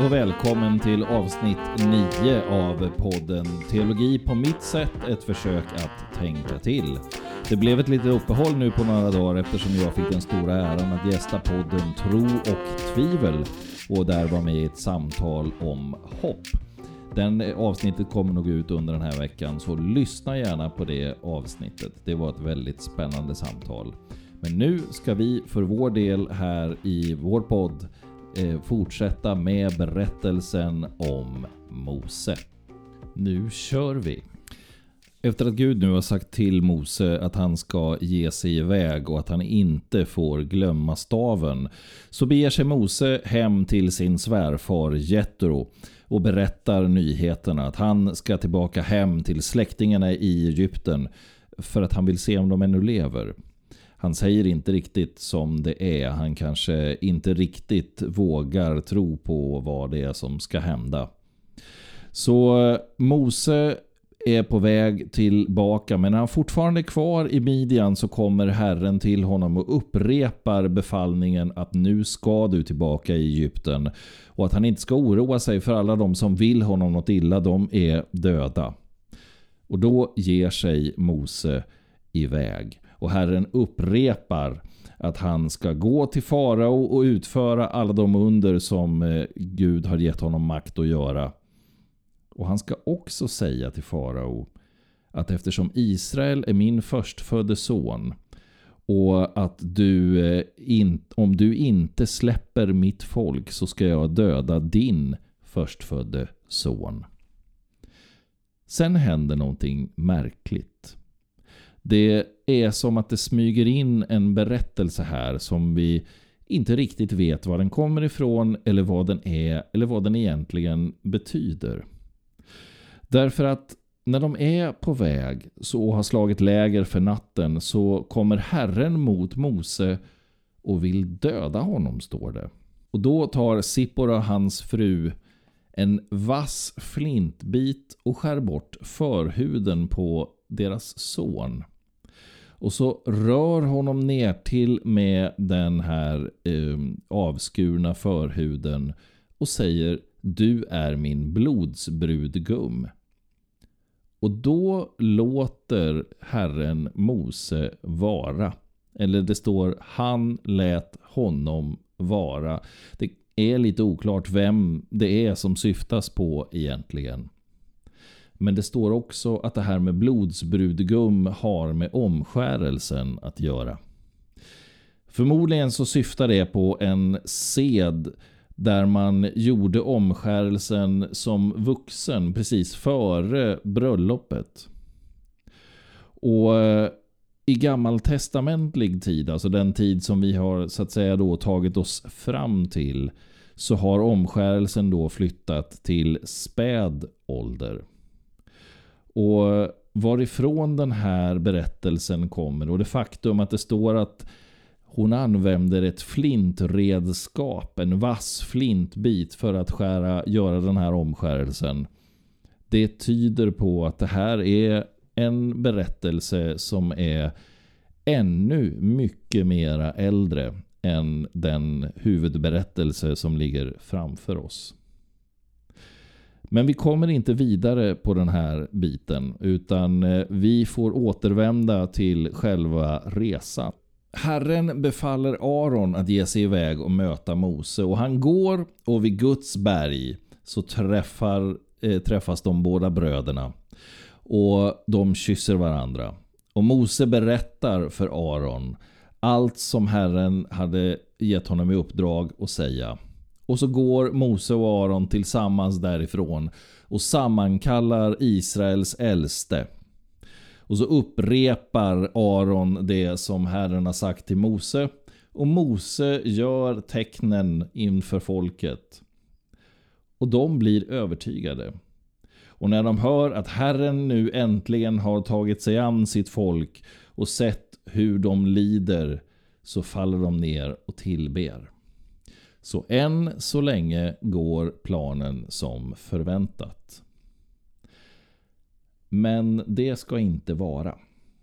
och välkommen till avsnitt 9 av podden Teologi på mitt sätt, ett försök att tänka till. Det blev ett litet uppehåll nu på några dagar eftersom jag fick den stora äran att gästa podden Tro och tvivel och där var med i ett samtal om hopp. Den avsnittet kommer nog ut under den här veckan, så lyssna gärna på det avsnittet. Det var ett väldigt spännande samtal. Men nu ska vi för vår del här i vår podd fortsätta med berättelsen om Mose. Nu kör vi! Efter att Gud nu har sagt till Mose att han ska ge sig iväg och att han inte får glömma staven, så beger sig Mose hem till sin svärfar Jetro och berättar nyheterna att han ska tillbaka hem till släktingarna i Egypten för att han vill se om de ännu lever. Han säger inte riktigt som det är. Han kanske inte riktigt vågar tro på vad det är som ska hända. Så Mose är på väg tillbaka, men när han fortfarande är kvar i Midjan så kommer Herren till honom och upprepar befallningen att nu ska du tillbaka i Egypten och att han inte ska oroa sig för alla de som vill honom något illa, de är döda. Och då ger sig Mose iväg. Och Herren upprepar att han ska gå till farao och utföra alla de under som Gud har gett honom makt att göra. Och han ska också säga till farao att eftersom Israel är min förstfödde son och att om du inte släpper mitt folk så ska jag döda din förstfödde son. Sen händer någonting märkligt. Det är som att det smyger in en berättelse här som vi inte riktigt vet var den kommer ifrån eller vad den är eller vad den egentligen betyder. Därför att när de är på väg så har slagit läger för natten så kommer Herren mot Mose och vill döda honom, står det. Och då tar Sippora, hans fru, en vass flintbit och skär bort förhuden på deras son. Och så rör honom ner till med den här avskurna förhuden och säger: du är min blodsbrudgum. Och då låter Herren Mose vara. Eller det står han lät honom vara. Det är lite oklart vem det är som syftas på egentligen. Men det står också att det här med blodsbrudgum har med omskärelsen att göra. Förmodligen så syftar det på en sed där man gjorde omskärelsen som vuxen precis före bröllopet. Och i gammaltestamentlig tid, alltså den tid som vi har så att säga då tagit oss fram till, så har omskärelsen då flyttat till späd ålder. Och varifrån den här berättelsen kommer och det faktum att det står att hon använder ett flintredskap, en vass flintbit för att göra den här omskärelsen. Det tyder på att det här är en berättelse som är ännu mycket mera äldre än den huvudberättelse som ligger framför oss. Men vi kommer inte vidare på den här biten utan vi får återvända till själva resan. Herren befaller Aron att ge sig iväg och möta Mose och han går och vid Guds berg så träffas de båda bröderna och de kysser varandra. Och Mose berättar för Aron allt som Herren hade gett honom i uppdrag att säga. Och så går Mose och Aron tillsammans därifrån och sammankallar Israels äldste. Och så upprepar Aron det som Herren har sagt till Mose. Och Mose gör tecknen inför folket. Och de blir övertygade. Och när de hör att Herren nu äntligen har tagit sig an sitt folk och sett hur de lider, så faller de ner och tillber. Så än så länge går planen som förväntat. Men det ska inte vara.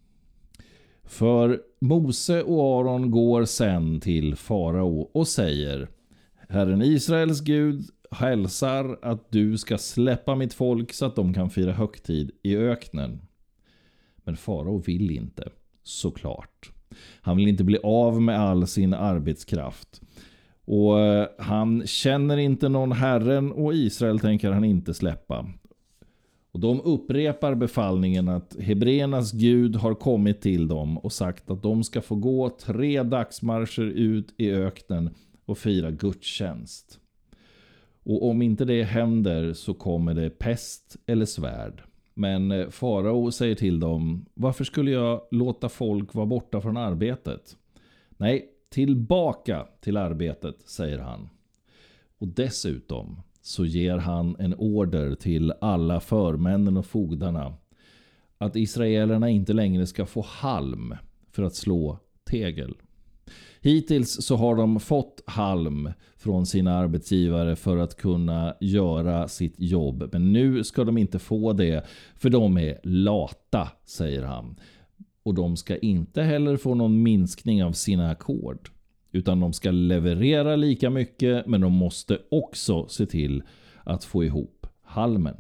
För Mose och Aron går sen till farao och säger: Herren Israels Gud hälsar att du ska släppa mitt folk så att de kan fira högtid i öknen. Men farao vill inte, såklart. Han vill inte bli av med all sin arbetskraft. Och han känner inte någon Herren, och Israel tänker han inte släppa. Och de upprepar befallningen att hebreernas Gud har kommit till dem och sagt att de ska få gå 3 dagsmarscher ut i öknen och fira gudstjänst. Och om inte det händer så kommer det pest eller svärd. Men farao säger till dem: varför skulle jag låta folk vara borta från arbetet? Nej, tillbaka till arbetet, säger han. Och dessutom så ger han en order till alla förmännen och fogdarna att israelerna inte längre ska få halm för att slå tegel. Hittills så har de fått halm från sina arbetsgivare för att kunna göra sitt jobb. Men nu ska de inte få det, för de är lata, säger han. Och de ska inte heller få någon minskning av sina ackord. Utan de ska leverera lika mycket, men de måste också se till att få ihop halmen.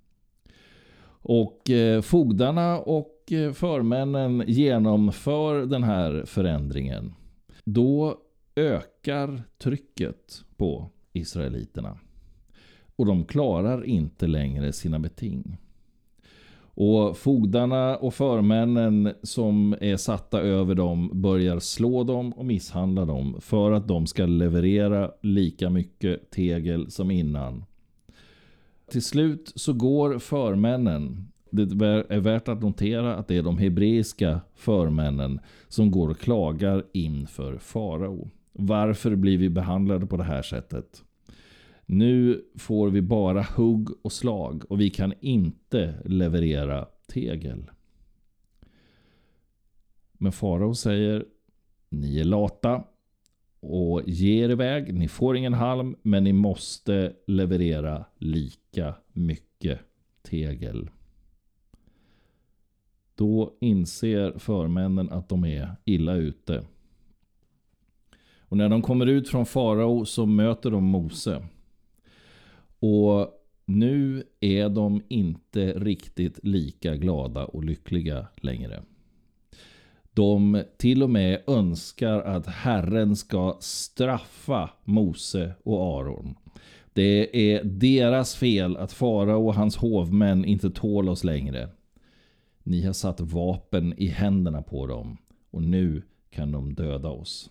Och fogdarna och förmännen genomför den här förändringen. Då ökar trycket på israeliterna. Och de klarar inte längre sina beting. Och fogdarna och förmännen som är satta över dem börjar slå dem och misshandla dem för att de ska leverera lika mycket tegel som innan. Till slut så går förmännen. Det är värt att notera att det är de hebreiska förmännen som går och klagar inför farao. Varför blir vi behandlade på det här sättet? Nu får vi bara hugg och slag och vi kan inte leverera tegel. Men farao säger: ni är lata och ger iväg. Ni får ingen halm, men ni måste leverera lika mycket tegel. Då inser förmännen att de är illa ute. Och när de kommer ut från farao så möter de Mose. Och nu är de inte riktigt lika glada och lyckliga längre. De till och med önskar att Herren ska straffa Mose och Aron. Det är deras fel att farao och hans hovmän inte tål oss längre. Ni har satt vapen i händerna på dem och nu kan de döda oss.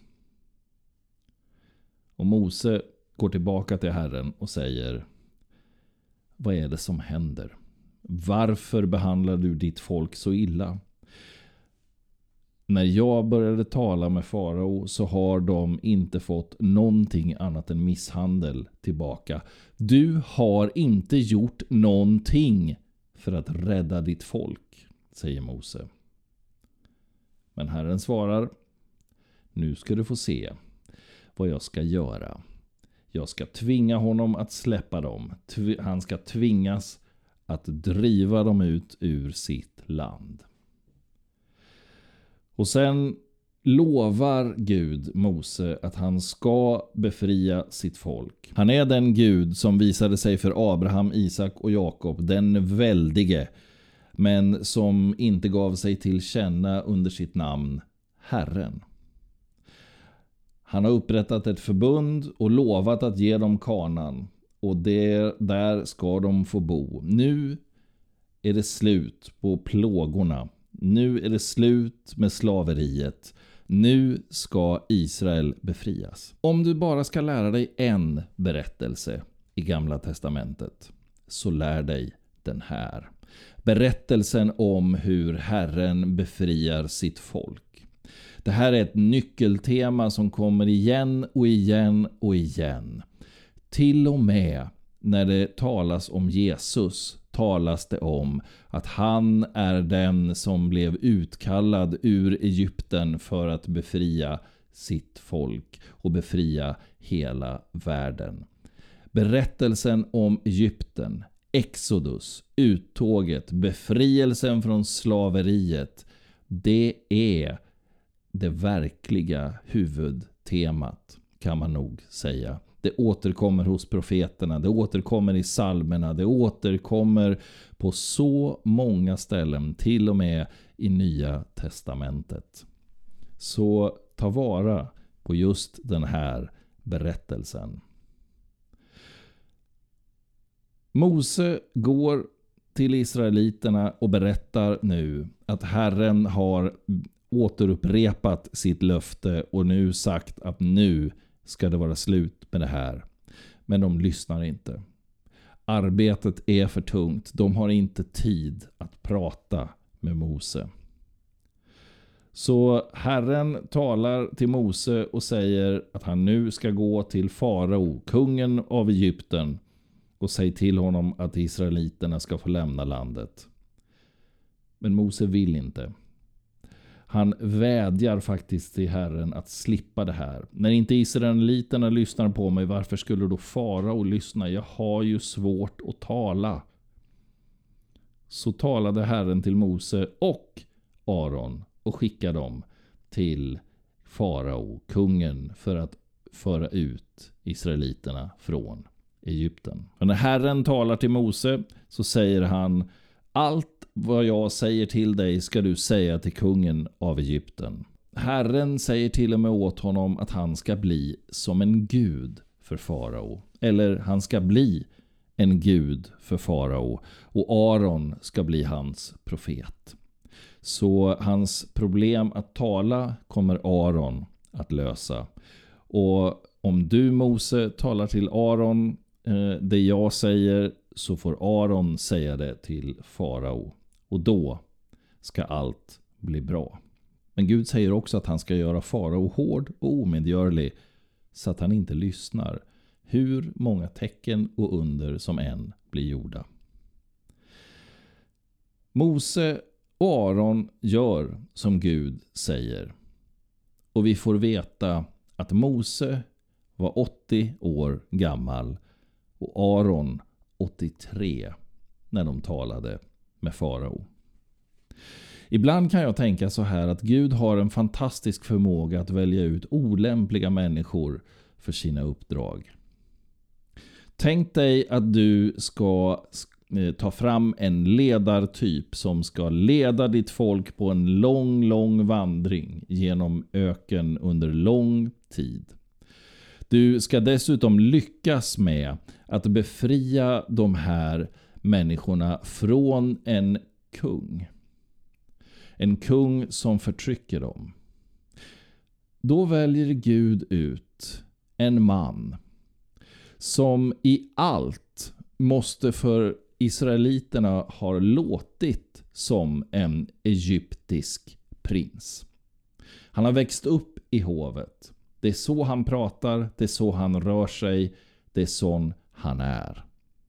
Och Mose går tillbaka till Herren och säger: vad är det som händer? Varför behandlar du ditt folk så illa? När jag började tala med farao så har de inte fått någonting annat än misshandel tillbaka. Du har inte gjort någonting för att rädda ditt folk, säger Mose. Men Herren svarar: nu ska du få se vad jag ska göra. Jag ska tvinga honom att släppa dem. Han ska tvingas att driva dem ut ur sitt land. Och sen lovar Gud Mose att han ska befria sitt folk. Han är den Gud som visade sig för Abraham, Isak och Jakob, den väldige, men som inte gav sig till känna under sitt namn, Herren. Han har upprättat ett förbund och lovat att ge dem Kanaan, och där ska de få bo. Nu är det slut på plågorna. Nu är det slut med slaveriet. Nu ska Israel befrias. Om du bara ska lära dig en berättelse i Gamla testamentet, så lär dig den här. Berättelsen om hur Herren befriar sitt folk. Det här är ett nyckeltema som kommer igen och igen och igen. Till och med när det talas om Jesus talas det om att han är den som blev utkallad ur Egypten för att befria sitt folk och befria hela världen. Berättelsen om Egypten, Exodus, uttåget, befrielsen från slaveriet, det är det verkliga huvudtemat, kan man nog säga, Det återkommer hos profeterna, det återkommer i psalmerna, det återkommer på så många ställen, till och med i Nya testamentet. Så ta vara på just den här berättelsen. Mose går till israeliterna och berättar nu att Herren har återupprepat sitt löfte och nu sagt att nu ska det vara slut med det här. Men de lyssnar inte. Arbetet är för tungt. De har inte tid att prata med Mose. Så Herren talar till Mose och säger att han nu ska gå till farao, kungen av Egypten, och säger till honom att israeliterna ska få lämna landet. Men Mose vill inte. Han vädjar faktiskt till Herren att slippa det här. När inte israeliterna lyssnar på mig, varför skulle då farao lyssna? Jag har ju svårt att tala. Så talade Herren till Mose och Aron och skickade dem till farao, kungen, för att föra ut israeliterna från Egypten. Och när Herren talar till Mose så säger han: allt vad jag säger till dig ska du säga till kungen av Egypten. Herren säger till och med åt honom att han ska bli som en gud för farao. Eller han ska bli en gud för farao. Och Aron ska bli hans profet. Så hans problem att tala kommer Aron att lösa. Och om du, Mose, talar till Aron det jag säger, så får Aron säga det till farao. Och då ska allt bli bra. Men Gud säger också att han ska göra farao hård och omedgörlig så att han inte lyssnar, hur många tecken och under som än blir gjorda. Mose och Aron gör som Gud säger. Och vi får veta att Mose var 80 år gammal och Aron 83 när de talade med farao. Ibland kan jag tänka så här att Gud har en fantastisk förmåga att välja ut olämpliga människor för sina uppdrag. Tänk dig att du ska ta fram en ledartyp som ska leda ditt folk på en lång vandring genom öken under lång tid. Du ska dessutom lyckas med att befria de här människorna från en kung. En kung som förtrycker dem. Då väljer Gud ut en man som i allt måste för israeliterna ha låtit som en egyptisk prins. Han har växt upp i hovet. Det är så han pratar, det är så han rör sig, det är sån han är.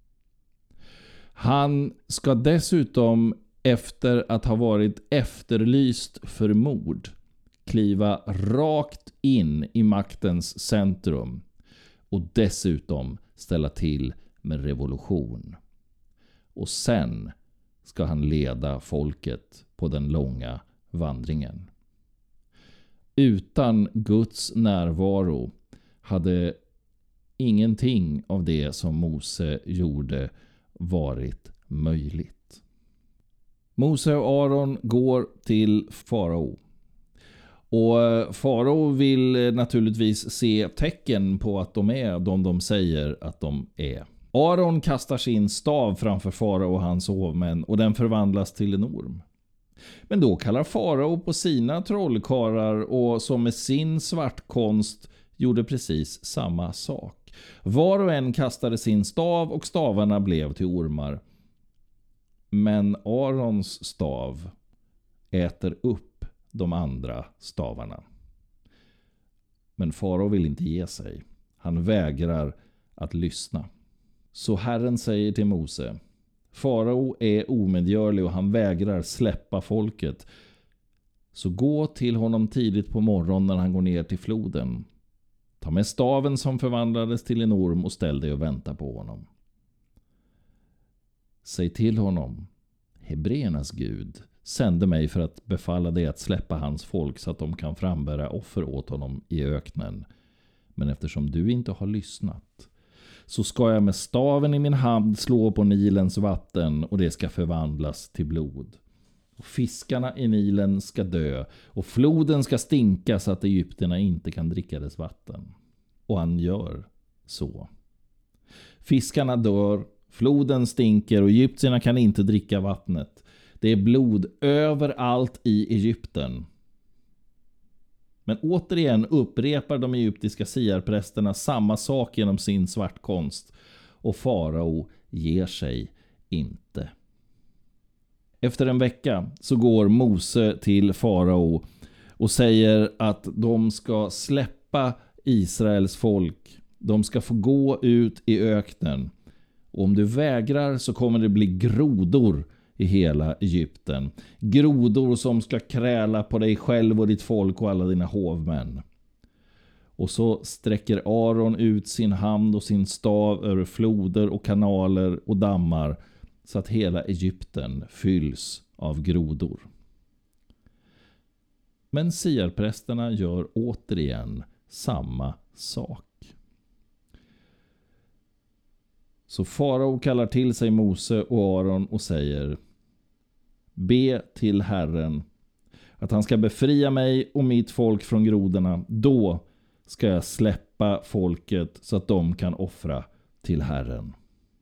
Han ska dessutom, efter att ha varit efterlyst för mord, kliva rakt in i maktens centrum och dessutom ställa till med revolution. Och sen ska han leda folket på den långa vandringen. Utan Guds närvaro hade ingenting av det som Mose gjorde varit möjligt. Mose och Aron går till farao. Och farao vill naturligtvis se tecken på att de är de säger att de är. Aron kastar sin stav framför farao och hans hovmän och den förvandlas till en orm. Men då kallar farao på sina trollkarlar och som med sin svartkonst gjorde precis samma sak. Var och en kastade sin stav och stavarna blev till ormar. Men Arons stav äter upp de andra stavarna. Men farao vill inte ge sig. Han vägrar att lyssna. Så Herren säger till Mose: farao är omedgörlig och han vägrar släppa folket. Så gå till honom tidigt på morgonen när han går ner till floden. Ta med staven som förvandlades till en orm och ställ dig och vänta på honom. Säg till honom: Hebreernas Gud sände mig för att befalla dig att släppa hans folk så att de kan frambära offer åt honom i öknen. Men eftersom du inte har lyssnat, så ska jag med staven i min hand slå på Nilens vatten och det ska förvandlas till blod. Och fiskarna i Nilen ska dö och floden ska stinka så att egyptierna inte kan dricka dess vatten. Och han gör så. Fiskarna dör, floden stinker och egyptierna kan inte dricka vattnet. Det är blod överallt i Egypten. Men återigen upprepar de egyptiska siarprästerna samma sak genom sin svartkonst. Och farao ger sig inte. Efter en vecka så går Mose till farao och säger att de ska släppa Israels folk. De ska få gå ut i öknen. Och om du vägrar så kommer det bli grodor i hela Egypten. Grodor som ska kräla på dig själv och ditt folk och alla dina hovmän. Och så sträcker Aron ut sin hand och sin stav över floder och kanaler och dammar så att hela Egypten fylls av grodor. Men siarprästerna gör återigen samma sak. Så farao kallar till sig Mose och Aron och säger: be till Herren att han ska befria mig och mitt folk från grodorna. Då ska jag släppa folket så att de kan offra till Herren.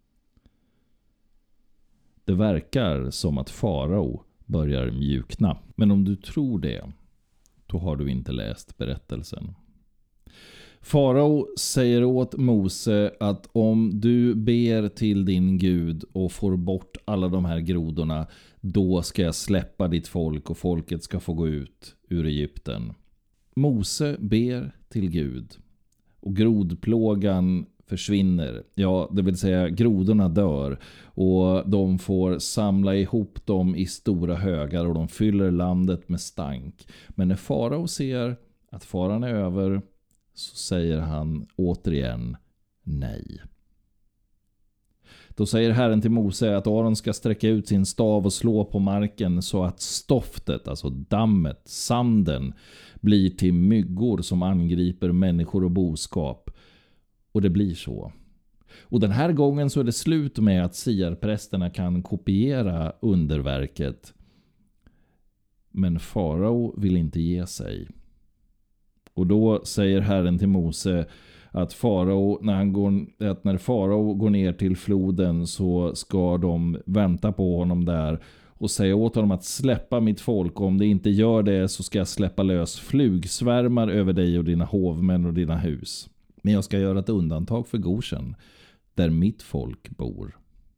Det verkar som att farao börjar mjukna. Men om du tror det, då har du inte läst berättelsen. Farao säger åt Mose att om du ber till din Gud och får bort alla de här grodorna, då ska jag släppa ditt folk och folket ska få gå ut ur Egypten. Mose ber till Gud och grodplågan försvinner. Ja, det vill säga grodorna dör och de får samla ihop dem i stora högar och de fyller landet med stank. Men när farao ser att faran är över så säger han återigen nej. Då säger Herren till Mose att Aron ska sträcka ut sin stav och slå på marken så att stoftet, alltså dammet, sanden, blir till myggor som angriper människor och boskap. Och det blir så. Och den här gången så är det slut med att siarprästerna kan kopiera underverket. Men farao vill inte ge sig. Och då säger Herren till Mose att när farao går ner till floden så ska de vänta på honom där och säga åt honom att släppa mitt folk. Och om det inte gör det så ska jag släppa lös flugsvärmar över dig och dina hovmän och dina hus. Men jag ska göra ett undantag för Goshen, där mitt folk bor.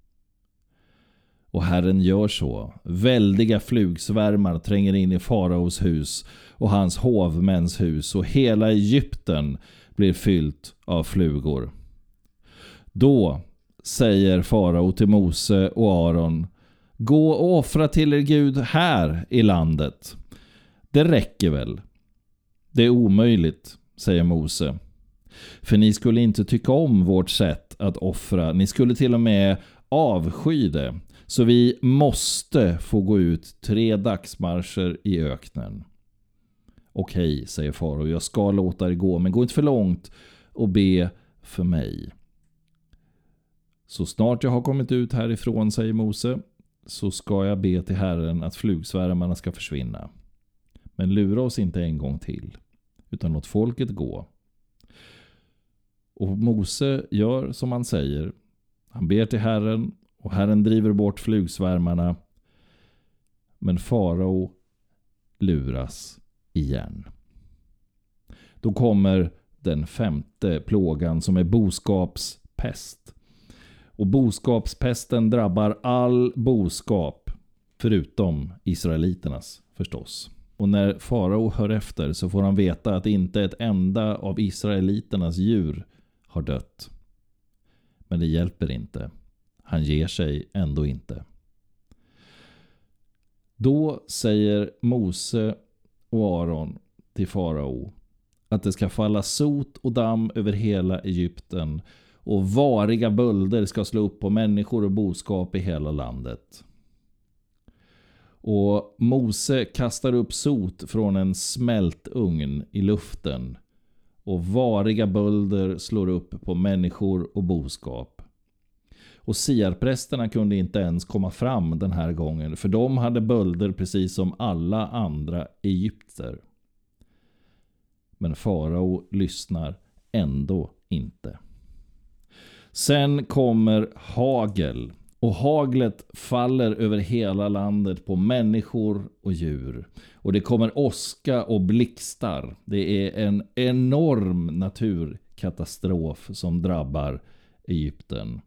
Och Herren gör så. Väldiga flugsvärmar tränger in i faraos hus och hans hovmäns hus, och hela Egypten blir fyllt av flugor. Då säger farao till Mose och Aron: gå och offra till er Gud här i landet. Det räcker väl? Det är omöjligt, säger Mose. För ni skulle inte tycka om vårt sätt att offra. Ni skulle till och med avsky det. Så vi måste få gå ut 3 dagsmarscher i öknen. Okej, säger farao, jag ska låta er gå, men gå inte för långt och be för mig. Så snart jag har kommit ut härifrån, säger Mose, så ska jag be till Herren att flugsvärmarna ska försvinna. Men lura oss inte en gång till, utan låt folket gå. Och Mose gör som han säger. Han ber till Herren och Herren driver bort flugsvärmarna. Men farao luras igen. Då kommer den 5:e plågan som är boskapspest. Och boskapspesten drabbar all boskap förutom israeliternas förstås. Och när farao hör efter så får han veta att inte ett enda av israeliternas djur har dött. Men det hjälper inte. Han ger sig ändå inte. Då säger Mose och Aron till farao att det ska falla sot och damm över hela Egypten och variga bölder ska slå upp på människor och boskap i hela landet. Och Mose kastar upp sot från en smältugn i luften och variga bölder slår upp på människor och boskap. Och siarprästerna kunde inte ens komma fram den här gången, för de hade bölder precis som alla andra egypter. Men farao lyssnar ändå inte. Sen kommer hagel, och haglet faller över hela landet på människor och djur. Och det kommer åska och blixtar. Det är en enorm naturkatastrof som drabbar Egypten.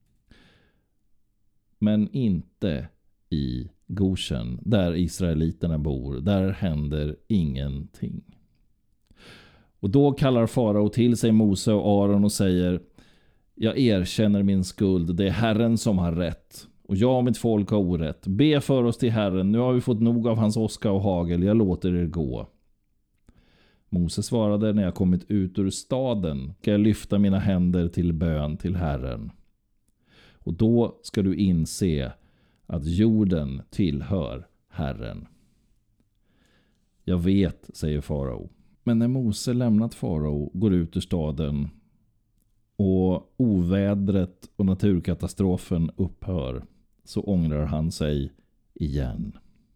Men inte i Goshen, där israeliterna bor. Där händer ingenting. Och då kallar farao till sig Mose och Aron och säger: jag erkänner min skuld, det är Herren som har rätt. Och jag och mitt folk har orätt. Be för oss till Herren, nu har vi fått nog av hans åska och hagel, jag låter er gå. Mose svarade: när jag kommit ut ur staden ska jag lyfta mina händer till bön till Herren. Och då ska du inse att jorden tillhör Herren. Jag vet, säger farao. Men när Mose lämnat farao, går ut ur staden och ovädret och naturkatastrofen upphör, så ångrar han sig igen.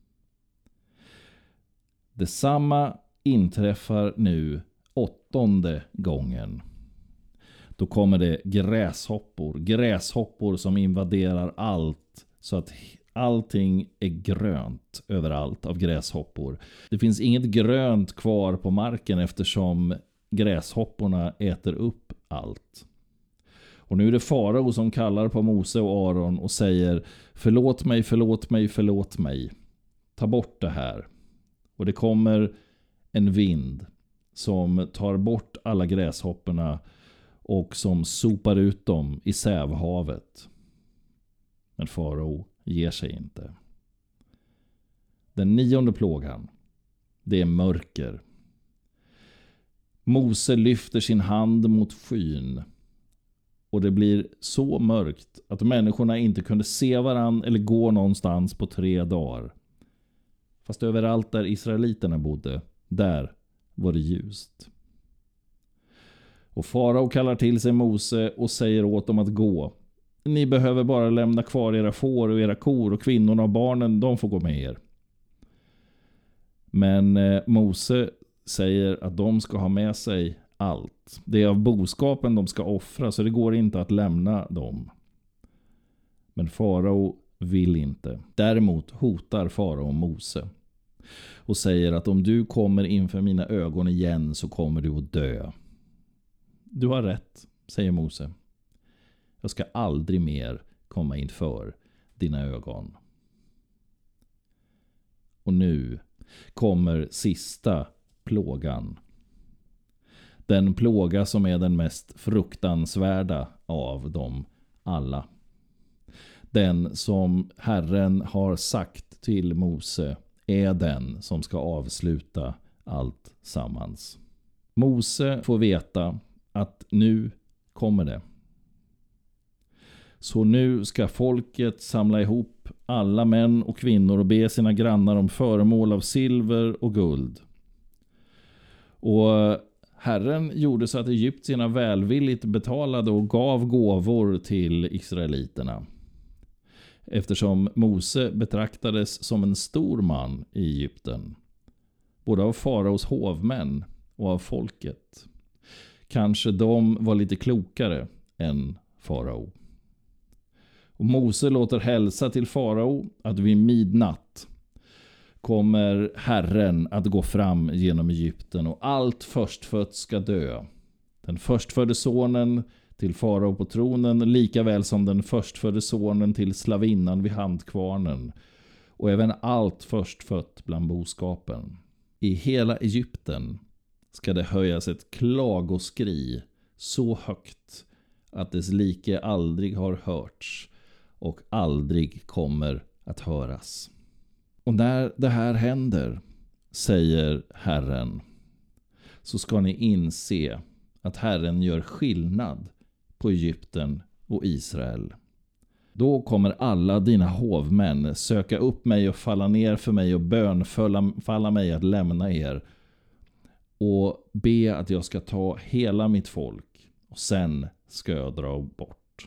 Detsamma inträffar nu 8:e gången. Då kommer det gräshoppor som invaderar allt, så att allting är grönt överallt av gräshoppor. Det finns inget grönt kvar på marken eftersom gräshopporna äter upp allt. Och nu är det farao som kallar på Mose och Aron och säger: förlåt mig, förlåt mig, förlåt mig. Ta bort det här. Och det kommer en vind som tar bort alla gräshopporna och som sopar ut dem i Sävhavet. Men farao ger sig inte. Den 9:e plågan, det är mörker. Mose lyfter sin hand mot skyn. Och det blir så mörkt att människorna inte kunde se varann eller gå någonstans på 3 dagar. Fast överallt där israeliterna bodde, där var det ljust. Och farao kallar till sig Mose och säger åt dem att gå. Ni behöver bara lämna kvar era får och era kor, och kvinnorna och barnen, de får gå med er. Men Mose säger att de ska ha med sig allt. Det är av boskapen de ska offra, så det går inte att lämna dem. Men farao vill inte. Däremot hotar farao Mose och säger att om du kommer inför mina ögon igen så kommer du att dö. Du har rätt, säger Mose. Jag ska aldrig mer komma inför dina ögon. Och nu kommer sista plågan. Den plåga som är den mest fruktansvärda av dem alla. Den som Herren har sagt till Mose är den som ska avsluta allt sammans. Mose får veta att nu kommer det. Så nu ska folket samla ihop alla män och kvinnor och be sina grannar om föremål av silver och guld. Och Herren gjorde så att egyptierna välvilligt betalade och gav gåvor till israeliterna. Eftersom Mose betraktades som en stor man i Egypten. Både av faraos hovmän och av folket. Kanske de var lite klokare än farao. Och Mose låter hälsa till farao att vid midnatt kommer Herren att gå fram genom Egypten och allt förstfött ska dö. Den förstfödde sonen till farao på tronen, lika väl som den förstfödde sonen till slavinnan vid handkvarnen, och även allt förstfött bland boskapen. I hela Egypten ska det höjas ett klagoskri så högt att dess like aldrig har hörts och aldrig kommer att höras. Och när det här händer, säger Herren, så ska ni inse att Herren gör skillnad på Egypten och Israel. Då kommer alla dina hovmän söka upp mig och falla ner för mig och bönfalla mig att lämna er. och be att jag ska ta hela mitt folk och sen ska jag dra bort.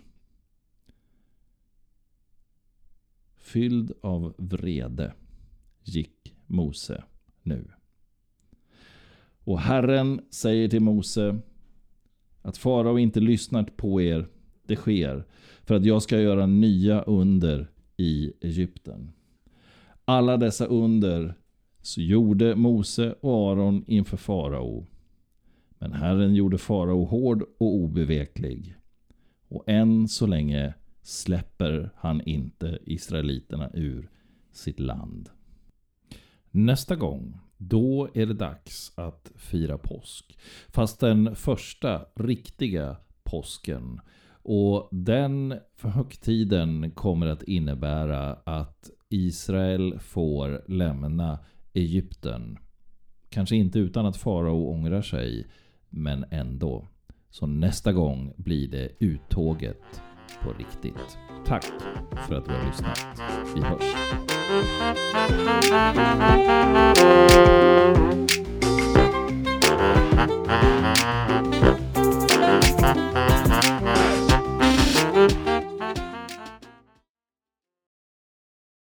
Fylld av vrede gick Mose nu. Och Herren säger till Mose att farao inte lyssnat på er. Det sker för att jag ska göra nya under i Egypten. Alla dessa under så gjorde Mose och Aron inför farao. Men Herren gjorde farao hård och obeveklig. Och än så länge släpper han inte israeliterna ur sitt land. Nästa gång, då är det dags att fira påsk. Fast den första riktiga påsken. Och den högtiden kommer att innebära att Israel får lämna Egypten. Kanske inte utan att farao ångrar sig, men ändå. Så nästa gång blir det uttåget på riktigt. Tack för att du har lyssnat. Vi hörs.